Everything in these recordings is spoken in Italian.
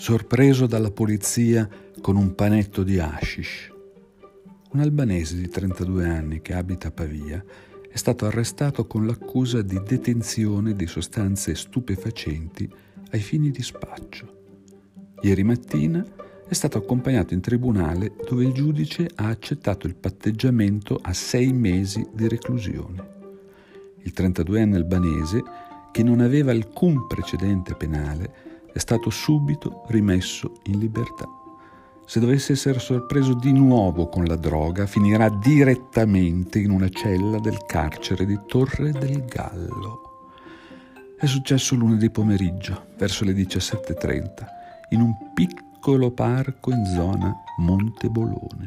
sorpreso dalla polizia con un panetto di hashish. Un albanese di 32 anni che abita a Pavia è stato arrestato con l'accusa di detenzione di sostanze stupefacenti ai fini di spaccio. Ieri mattina è stato accompagnato in tribunale dove il giudice ha accettato il patteggiamento a 6 mesi di reclusione. Il 32enne albanese, che non aveva alcun precedente penale, è stato subito rimesso in libertà. Se dovesse essere sorpreso di nuovo con la droga, finirà direttamente in una cella del carcere di Torre del Gallo. È successo lunedì pomeriggio, verso le 17:30, in un piccolo parco in zona Montebolone.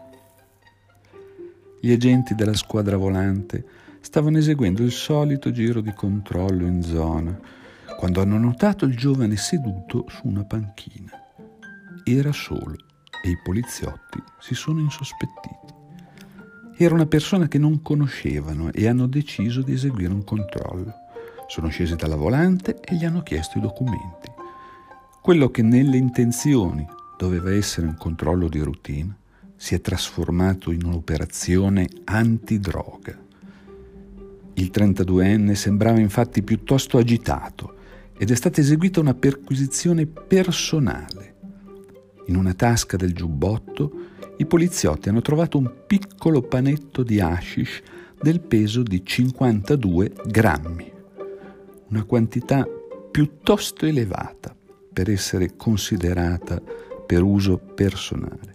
Gli agenti della squadra volante stavano eseguendo il solito giro di controllo in zona, quando hanno notato il giovane seduto su una panchina. Era solo e i poliziotti si sono insospettiti. Era una persona che non conoscevano e hanno deciso di eseguire un controllo. Sono scesi dalla volante e gli hanno chiesto i documenti. Quello che nelle intenzioni doveva essere un controllo di routine si è trasformato in un'operazione antidroga. Il 32enne sembrava infatti piuttosto agitato ed è stata eseguita una perquisizione personale. In una tasca del giubbotto i poliziotti hanno trovato un piccolo panetto di hashish del peso di 52 grammi, una quantità piuttosto elevata per essere considerata per uso personale.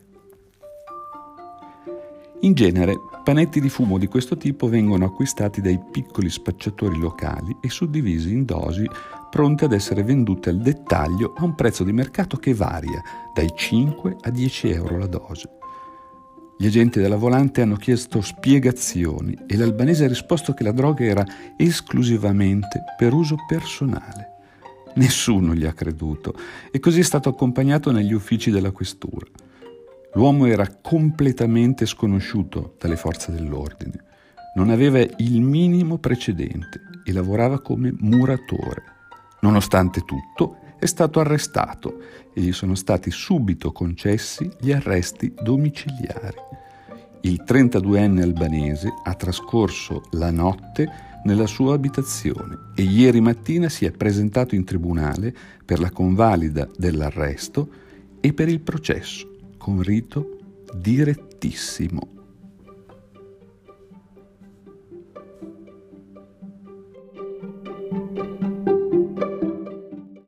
In genere, panetti di fumo di questo tipo vengono acquistati dai piccoli spacciatori locali e suddivisi in dosi pronte ad essere vendute al dettaglio a un prezzo di mercato che varia dai 5 a 10 euro la dose. Gli agenti della volante hanno chiesto spiegazioni e l'albanese ha risposto che la droga era esclusivamente per uso personale. Nessuno gli ha creduto e così è stato accompagnato negli uffici della questura. L'uomo era completamente sconosciuto dalle forze dell'ordine, non aveva il minimo precedente e lavorava come muratore. Nonostante tutto, è stato arrestato e gli sono stati subito concessi gli arresti domiciliari. Il 32enne albanese ha trascorso la notte nella sua abitazione e ieri mattina si è presentato in tribunale per la convalida dell'arresto e per il processo, con rito direttissimo.